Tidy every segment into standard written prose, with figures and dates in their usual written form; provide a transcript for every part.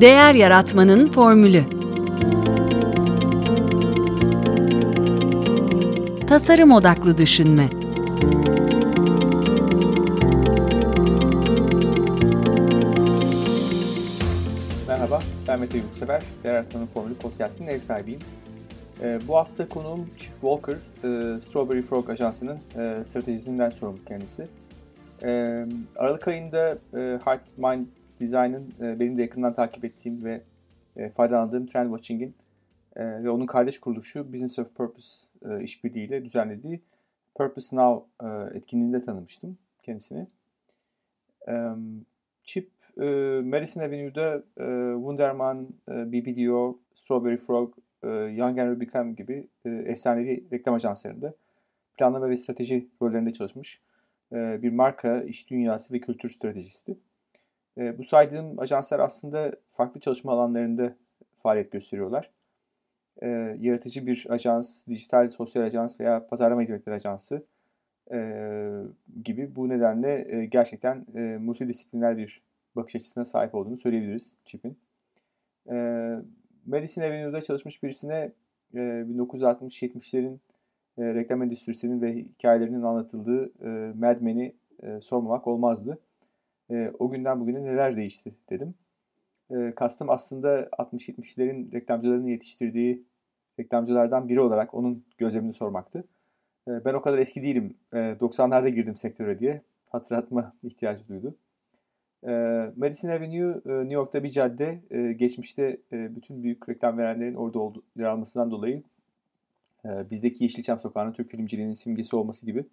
Değer yaratmanın formülü. Tasarım odaklı düşünme. Merhaba, ben Mete Yurtsever. Değer Yaratmanın Formülü Podcast'ın ev sahibiyim. Bu hafta konuğum Chip Walker, Strawberry Frog Ajansı'nın stratejisinden sorumlu kendisi. Aralık ayında Heart Mind Design'ın benim de yakından takip ettiğim ve faydalandığım Trendwatching'in ve onun kardeş kuruluşu Business of Purpose işbirliğiyle düzenlediği Purpose Now etkinliğinde tanımıştım kendisini. Chip, Madison Avenue'da Wunderman, BBDO, Strawberry Frog, Young and Rubicam gibi efsanevi reklam ajanslarında planlama ve strateji rollerinde çalışmış bir marka, iş dünyası ve kültür stratejisti. Bu saydığım ajanslar aslında farklı çalışma alanlarında faaliyet gösteriyorlar. Yaratıcı bir ajans, dijital sosyal ajans veya pazarlama hizmetleri ajansı gibi. Bu nedenle gerçekten multidisipliner bir bakış açısına sahip olduğunu söyleyebiliriz Chip'in. Madison Avenue'da çalışmış birisine 1960-70'lerin reklam endüstrisinin ve hikayelerinin anlatıldığı Mad Men'i sormamak olmazdı. O günden bugüne neler değişti dedim. Kastım aslında 60-70'lerin reklamcılarını yetiştirdiği reklamcılardan biri olarak onun gözlemini sormaktı. Ben o kadar eski değilim, 90'larda girdim sektöre diye hatırlatma ihtiyacı duydu. Madison Avenue, New York'ta bir cadde. Geçmişte bütün büyük reklam verenlerin orada yer almasından dolayı bizdeki Yeşilçam Sokağı'nın Türk filmciliğinin simgesi olması gibi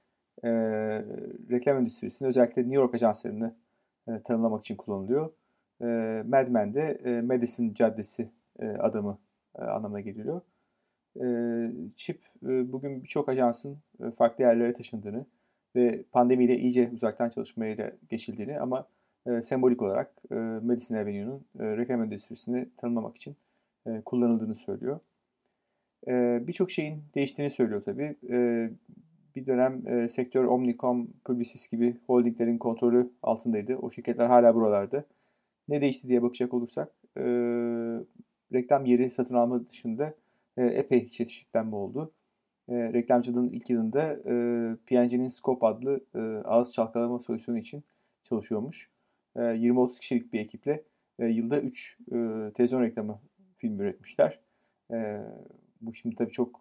reklam endüstrisinde özellikle New York ajanslarını tanımlamak için kullanılıyor. Mad Men de Madison Caddesi adamı anlamına geliyor. Chip bugün birçok ajansın farklı yerlere taşındığını ve pandemiyle iyice uzaktan çalışmaya da geçildiğini ama sembolik olarak Madison Avenue'nun reklam endüstrisini tanımlamak için kullanıldığını söylüyor. Birçok şeyin değiştiğini söylüyor tabii. Bir dönem sektör Omnicom, Publicis gibi holdinglerin kontrolü altındaydı. O şirketler hala buralarda. Ne değişti diye bakacak olursak reklam yeri satın alma dışında epey çeşitlenme oldu. Reklamcılığın ilk yılında P&G'nin Scope adlı ağız çalkalama solüsyonu için çalışıyormuş. 20-30 kişilik bir ekiple yılda 3 televizyon reklamı film üretmişler. Bu şimdi tabii çok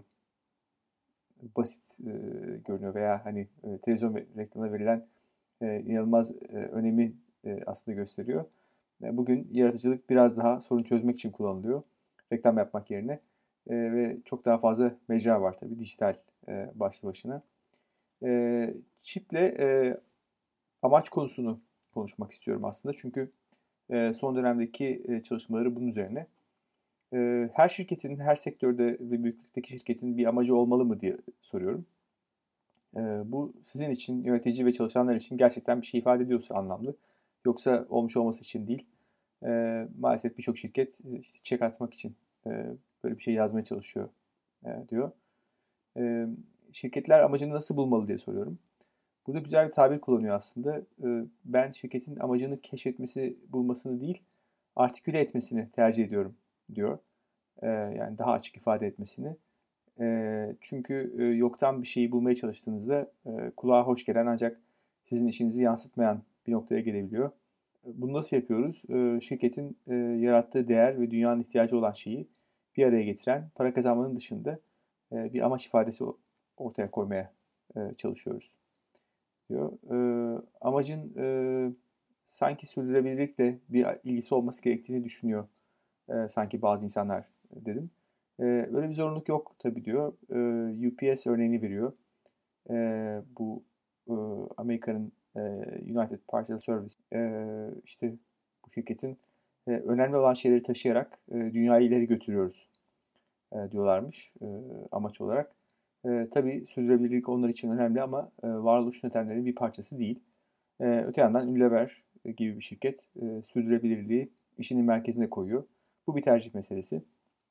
basit görünüyor veya hani televizyon reklamına verilen inanılmaz önemi aslında gösteriyor. Bugün yaratıcılık biraz daha sorun çözmek için kullanılıyor. Reklam yapmak yerine. Ve çok daha fazla mecra var tabii dijital başlı başına. Chip'le amaç konusunu konuşmak istiyorum aslında. Çünkü son dönemdeki çalışmaları bunun üzerine. Her şirketin, her sektörde ve büyüklükteki şirketin bir amacı olmalı mı diye soruyorum. Bu sizin için, yönetici ve çalışanlar için gerçekten bir şey ifade ediyorsa anlamlı. Yoksa olmuş olması için değil. Maalesef birçok şirket işte çek atmak için böyle bir şey yazmaya çalışıyor diyor. Şirketler amacını nasıl bulmalı diye soruyorum. Burada güzel bir tabir kullanıyor aslında. Ben şirketin amacını keşfetmesi, bulmasını değil, artiküle etmesini tercih ediyorum diyor. Yani daha açık ifade etmesini. Çünkü yoktan bir şeyi bulmaya çalıştığınızda kulağa hoş gelen ancak sizin işinizi yansıtmayan bir noktaya gelebiliyor. Bunu nasıl yapıyoruz? Şirketin yarattığı değer ve dünyanın ihtiyacı olan şeyi bir araya getiren, para kazanmanın dışında bir amaç ifadesi ortaya koymaya çalışıyoruz diyor. Amacın sanki sürdürülebilirlikle bir ilgisi olması gerektiğini düşünüyor sanki bazı insanlar dedim. Öyle bir zorunluluk yok tabii diyor. UPS örneğini veriyor. Bu Amerika'nın United Parcel Service işte bu şirketin önemli olan şeyleri taşıyarak dünyayı ileri götürüyoruz diyorlarmış amaç olarak. Tabii sürdürülebilirlik onlar için önemli ama varoluş nedenlerinin bir parçası değil. Öte yandan Unilever gibi bir şirket sürdürülebilirliği işinin merkezine koyuyor. Bu bir tercih meselesi.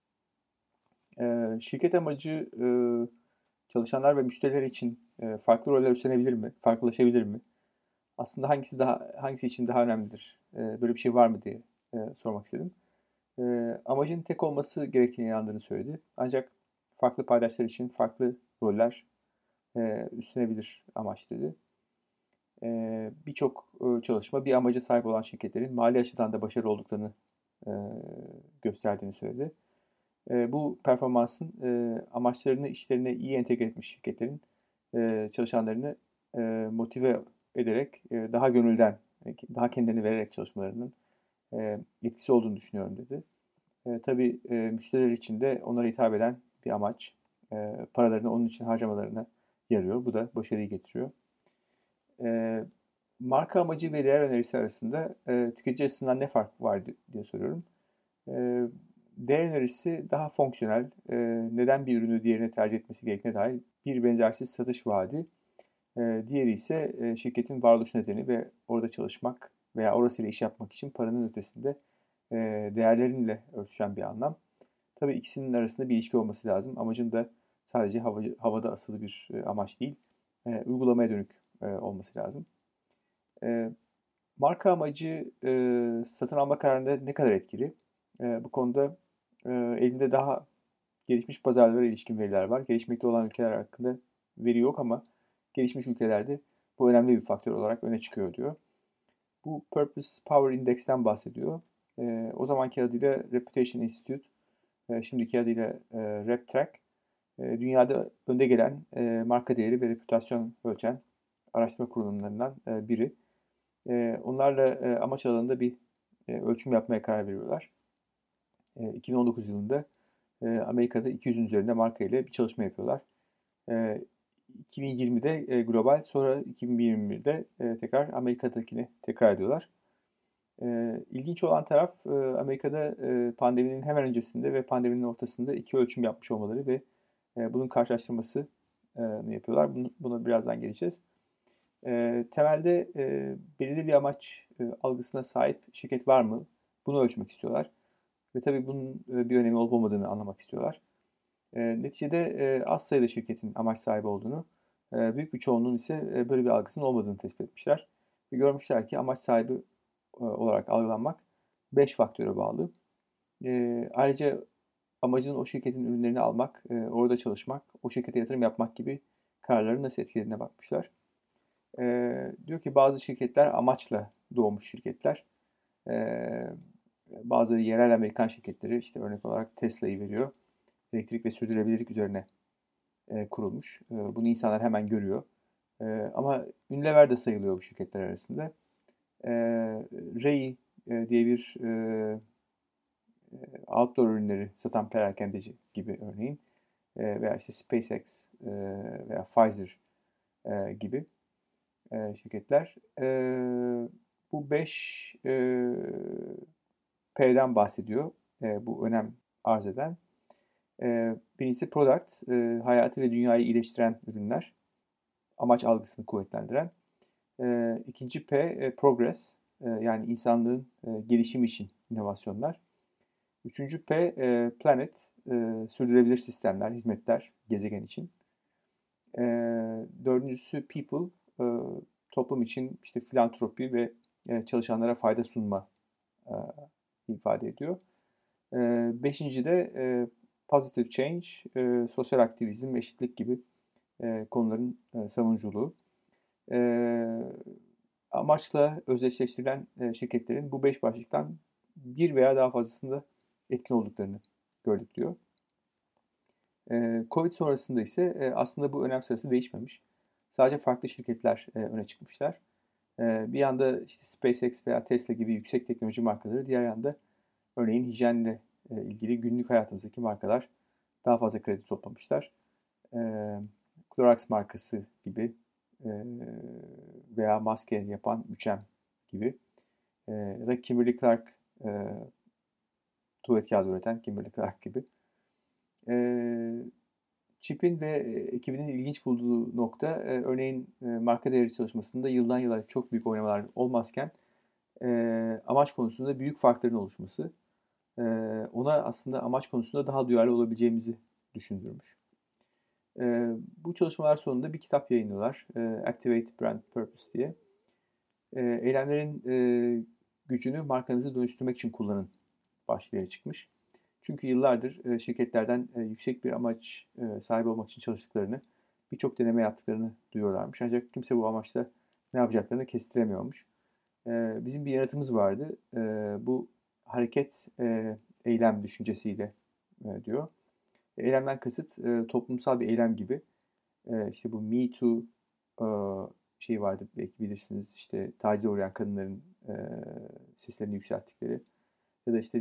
Şirket amacı çalışanlar ve müşteriler için farklı roller üstlenebilir mi? Farklılaşabilir mi? Aslında hangisi için daha önemlidir? Böyle bir şey var mı diye sormak istedim. Amacın tek olması gerektiğine inandığını söyledi. Ancak farklı paydaşlar için farklı roller üstlenebilir amaç dedi. Birçok çalışma bir amaca sahip olan şirketlerin mali açıdan da başarılı olduklarını e, gösterdiğini söyledi. Bu performansın amaçlarını işlerine iyi entegre etmiş şirketlerin çalışanlarını motive ederek daha gönülden, daha kendilerini vererek çalışmalarının etkisi olduğunu düşünüyorum dedi. Tabii müşteriler için de onlara hitap eden bir amaç, paralarını onun için harcamalarına yarıyor. Bu da başarıyı getiriyor. E, Marka amacı ve değer önerisi arasında tüketici açısından ne fark var diye soruyorum. E, Değer önerisi daha fonksiyonel, neden bir ürünü diğerine tercih etmesi gerektiğine dair bir benzersiz satış vaadi. Diğeri ise şirketin varoluş nedeni ve orada çalışmak veya orasıyla iş yapmak için paranın ötesinde değerlerinle örtüşen bir anlam. Tabii ikisinin arasında bir ilişki olması lazım. Amacın da sadece havada asılı bir amaç değil, uygulamaya dönük olması lazım. E, Marka amacı satın alma kararında ne kadar etkili? Bu konuda elinde daha gelişmiş pazarlara ilişkin veriler var. Gelişmekte olan ülkeler hakkında veri yok ama gelişmiş ülkelerde bu önemli bir faktör olarak öne çıkıyor diyor. Bu Purpose Power Index'ten bahsediyor. O zamanki adıyla Reputation Institute, şimdiki adıyla RepTrak, dünyada önde gelen marka değeri ve reputasyon ölçen araştırma kurumlarından biri. Onlarla amaç alanında bir ölçüm yapmaya karar veriyorlar. 2019 yılında Amerika'da 200'ün üzerinde marka ile bir çalışma yapıyorlar. 2020'de global, sonra 2021'de tekrar Amerika'dakini tekrar ediyorlar. İlginç olan taraf Amerika'da pandeminin hemen öncesinde ve pandeminin ortasında iki ölçüm yapmış olmaları ve bunun karşılaştırmasını yapıyorlar. Buna birazdan geleceğiz. Temelde belirli bir amaç algısına sahip şirket var mı? Bunu ölçmek istiyorlar. Ve tabii bunun bir önemi olup olmadığını anlamak istiyorlar. Neticede az sayıda şirketin amaç sahibi olduğunu, büyük bir çoğunluğun ise böyle bir algısının olmadığını tespit etmişler. Ve görmüşler ki amaç sahibi olarak algılanmak 5 faktöre bağlı. Ayrıca amacının o şirketin ürünlerini almak, orada çalışmak, o şirkete yatırım yapmak gibi kararları nasıl etkilediğine bakmışlar. Diyor ki bazı şirketler amaçla doğmuş şirketler. Bazı yerel Amerikan şirketleri, işte örnek olarak Tesla'yı veriyor. Elektrik ve sürdürülebilirlik üzerine kurulmuş. Bunu insanlar hemen görüyor. Ama Unilever de sayılıyor bu şirketler arasında. Ray diye bir outdoor ürünleri satan perakendeci gibi örneğin. Veya işte SpaceX veya Pfizer gibi şirketler. Bu 5 P'den bahsediyor. Bu önem arz eden. Birincisi product, hayatı ve dünyayı iyileştiren ürünler. Amaç algısını kuvvetlendiren. İkinci P, progress, yani insanlığın gelişimi için inovasyonlar. Üçüncü P, planet, sürdürülebilir sistemler, hizmetler gezegen için. Dördüncüsü people, toplum için işte filantropi ve çalışanlara fayda sunma ifade ediyor. Beşinci de positive change, sosyal aktivizm, eşitlik gibi konuların savunuculuğu. Amaçla özdeşleştirilen şirketlerin bu 5 başlıktan bir veya daha fazlasında etkin olduklarını gördük diyor. Covid sonrasında ise aslında bu önem sırası değişmemiş. Sadece farklı şirketler öne çıkmışlar. Bir yanda işte SpaceX veya Tesla gibi yüksek teknoloji markaları, diğer yanda örneğin hijyenle ilgili günlük hayatımızdaki markalar daha fazla kredi toplamışlar. Clorox markası gibi veya maske yapan 3M gibi ya da Kimberly-Clark tuvalet kağıdı üreten Kimberly-Clark gibi. Chip'in ve ekibinin ilginç bulduğu nokta örneğin marka değeri çalışmasında yıldan yıla çok büyük oynamalar olmazken amaç konusunda büyük farkların oluşması ona aslında amaç konusunda daha duyarlı olabileceğimizi düşündürmüş. Bu çalışmalar sonunda bir kitap yayınlıyorlar. Activate Brand Purpose diye. Eylemlerin gücünü markanızı dönüştürmek için kullanın başlığıyla çıkmış. Çünkü yıllardır şirketlerden yüksek bir amaç sahibi olmak için çalıştıklarını, birçok deneme yaptıklarını duyuyorlarmış. Ancak kimse bu amaçla ne yapacaklarını kestiremiyormuş. Bizim bir yaratımız vardı. Bu hareket, eylem düşüncesiyle diyor. Eylemden kasıt toplumsal bir eylem gibi. İşte bu Me Too şey vardı, belki bilirsiniz. İşte tacize uğrayan kadınların seslerini yükselttikleri ya da işte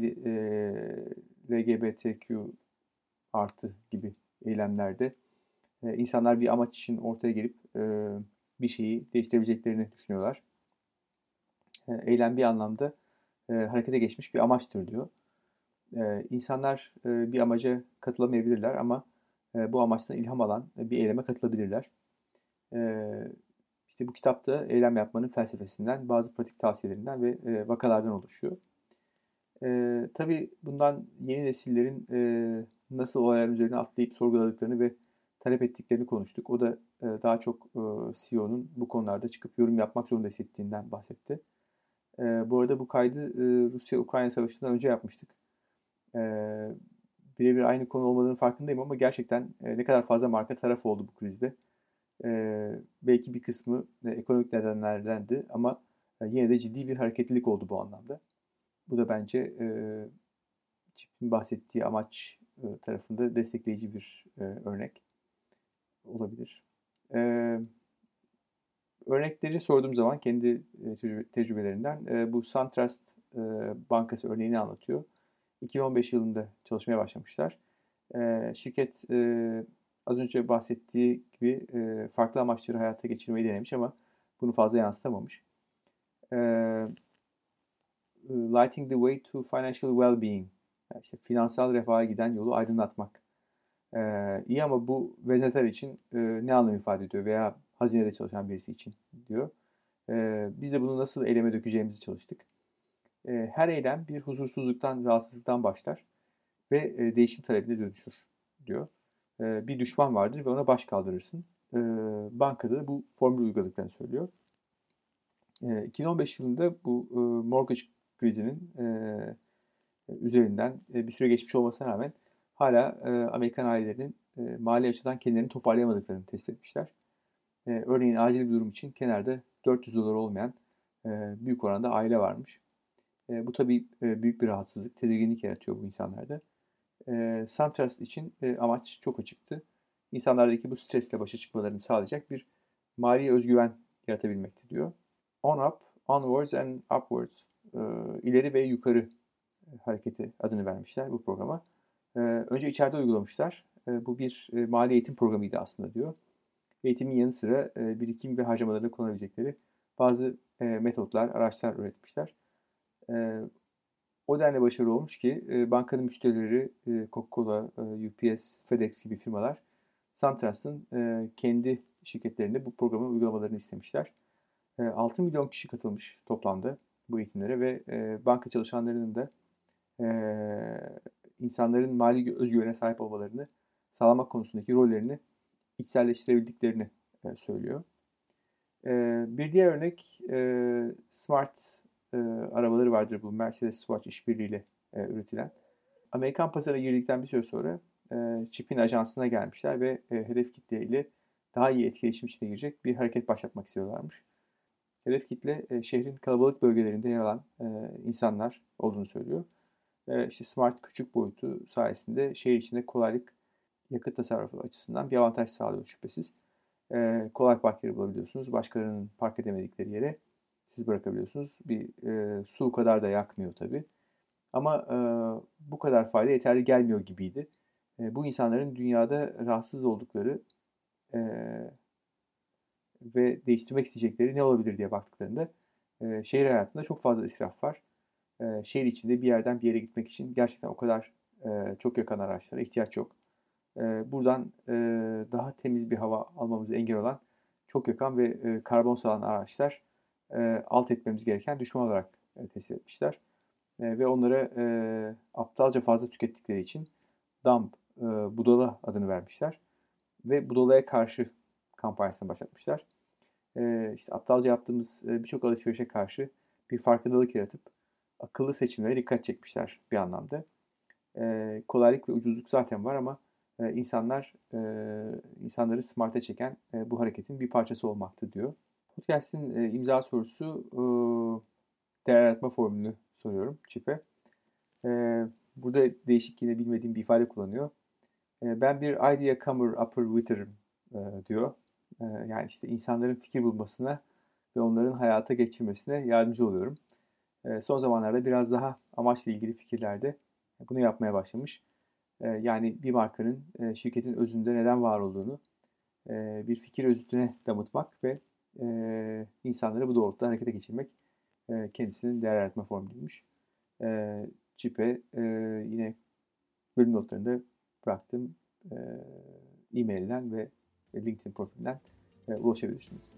LGBTQ artı gibi eylemlerde insanlar bir amaç için ortaya gelip bir şeyi değiştirebileceklerini düşünüyorlar. Eylem bir anlamda harekete geçmiş bir amaçtır diyor. İnsanlar bir amaca katılamayabilirler ama bu amaçtan ilham alan bir eyleme katılabilirler. İşte bu kitapta eylem yapmanın felsefesinden, bazı pratik tavsiyelerinden ve vakalardan oluşuyor. Tabii bundan yeni nesillerin nasıl olayların üzerine atlayıp sorguladıklarını ve talep ettiklerini konuştuk. O da daha çok CEO'nun bu konularda çıkıp yorum yapmak zorunda hissettiğinden bahsetti. Bu arada bu kaydı Rusya-Ukrayna Savaşı'ndan önce yapmıştık. Birebir aynı konu olmadığının farkındayım ama gerçekten ne kadar fazla marka taraf oldu bu krizde. Belki bir kısmı ekonomik nedenlerdendi ama yine de ciddi bir hareketlilik oldu bu anlamda. Bu da bence Chip'in bahsettiği amaç tarafında destekleyici bir örnek olabilir. Örnekleri sorduğum zaman kendi tecrübelerinden bu SunTrust Bankası örneğini anlatıyor. 2015 yılında çalışmaya başlamışlar. Şirket az önce bahsettiği gibi farklı amaçları hayata geçirmeyi denemiş ama bunu fazla yansıtamamış. Lighting the way to financial well-being. Yani işte finansal refaha giden yolu aydınlatmak. İyi ama bu veznedar için ne anlam ifade ediyor veya hazinede çalışan birisi için diyor. Biz de bunu nasıl eyleme dökeceğimizi çalıştık. Her eylem bir huzursuzluktan, rahatsızlıktan başlar ve değişim talebine dönüşür diyor. Bir düşman vardır ve ona baş kaldırırsın. Bankada da bu formülü uyguladıklarını söylüyor. 2015 yılında bu mortgage krizinin üzerinden bir süre geçmiş olmasına rağmen hala Amerikan ailelerinin mali açıdan kendilerini toparlayamadıklarını tespit etmişler. Örneğin acil bir durum için kenarda $400 olmayan büyük oranda aile varmış. Bu tabii büyük bir rahatsızlık, tedirginlik yaratıyor bu insanlarda. SunTrust için amaç çok açıktı. İnsanlardaki bu stresle başa çıkmalarını sağlayacak bir mali özgüven yaratabilmekti diyor. On up, onwards and upwards. İleri ve yukarı hareketi adını vermişler bu programa. Önce içeride uygulamışlar. Bu bir mali eğitim programıydı aslında diyor. Eğitimin yanı sıra birikim ve harcamalarını kullanabilecekleri bazı metotlar, araçlar üretmişler. O denli başarılı olmuş ki bankanın müşterileri Coca-Cola, UPS, FedEx gibi firmalar SunTrust'ın kendi şirketlerinde bu programın uygulamalarını istemişler. 6 milyon kişi katılmış toplamda bu eğitimlere ve banka çalışanlarının da insanların mali özgüvene sahip olmalarını sağlamak konusundaki rollerini içselleştirebildiklerini söylüyor. Bir diğer örnek smart arabaları vardır, bu Mercedes-Swatch işbirliğiyle üretilen. Amerikan pazarına girdikten bir süre sonra Chip'in ajansına gelmişler ve hedef kitle ile daha iyi etkileşim içine girecek bir hareket başlatmak istiyorlarmış. Hedef kitle şehrin kalabalık bölgelerinde yer alan insanlar olduğunu söylüyor. İşte smart küçük boyutu sayesinde şehir içinde kolaylık, yakıt tasarrufu açısından bir avantaj sağlıyor şüphesiz. Kolay park yeri bulabiliyorsunuz. Başkalarının park edemedikleri yere siz bırakabiliyorsunuz. Bir su kadar da yakmıyor tabii. Ama bu kadar fayda yeterli gelmiyor gibiydi. Bu insanların dünyada rahatsız oldukları ve değiştirmek isteyecekleri ne olabilir diye baktıklarında şehir hayatında çok fazla israf var. Şehir içinde bir yerden bir yere gitmek için gerçekten o kadar çok yakan araçlara ihtiyaç yok. Buradan daha temiz bir hava almamızı engel olan çok yakan ve karbon salan araçlar alt etmemiz gereken düşman olarak tespit etmişler. Ve onlara aptalca fazla tükettikleri için dump, budala adını vermişler. Ve budalaya karşı kampanyasını başlatmışlar. İşte aptalca yaptığımız birçok alışverişe karşı bir farkındalık yaratıp akıllı seçimlere dikkat çekmişler bir anlamda. Kolaylık ve ucuzluk zaten var ama insanları smart'a çeken bu hareketin bir parçası olmaktı diyor. Podcast'in imza sorusu değer yaratma formülünü soruyorum Chip'e. Burada değişik yine bilmediğim bir ifade kullanıyor. Ben bir idea comer upper witter'ım diyor. Yani işte insanların fikir bulmasına ve onların hayata geçirmesine yardımcı oluyorum. Son zamanlarda biraz daha amaçla ilgili fikirlerde bunu yapmaya başlamış. Yani bir markanın, şirketin özünde neden var olduğunu bir fikir özütüne damıtmak ve insanları bu doğrultuda harekete geçirmek kendisinin değer yaratma formülüymüş. Chip'e yine bölüm notlarında bıraktığım e-mailden ve LinkedIn profilinden ulaşabilirsiniz.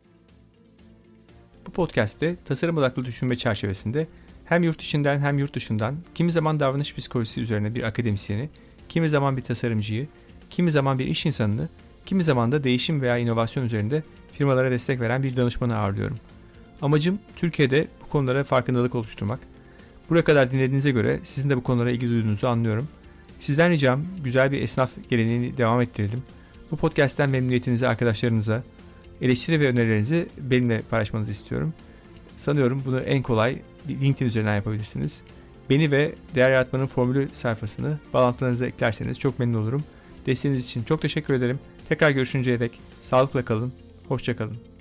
Bu podcast'te tasarım odaklı düşünme çerçevesinde hem yurt içinden hem yurt dışından kimi zaman davranış psikolojisi üzerine bir akademisyeni, kimi zaman bir tasarımcıyı, kimi zaman bir iş insanını, kimi zaman da değişim veya inovasyon üzerinde firmalara destek veren bir danışmanı ağırlıyorum. Amacım Türkiye'de bu konulara farkındalık oluşturmak. Buraya kadar dinlediğinize göre sizin de bu konulara ilgi duyduğunuzu anlıyorum. Sizden ricam güzel bir esnaf geleneğini devam ettirelim. Bu podcast'ten memnuniyetinizi arkadaşlarınıza, eleştiri ve önerilerinizi benimle paylaşmanızı istiyorum. Sanıyorum bunu en kolay LinkedIn üzerinden yapabilirsiniz. Beni ve Değer Yaratmanın Formülü sayfasını bağlantılarınıza eklerseniz çok memnun olurum. Desteğiniz için çok teşekkür ederim. Tekrar görüşünceye dek sağlıkla kalın, hoşça kalın.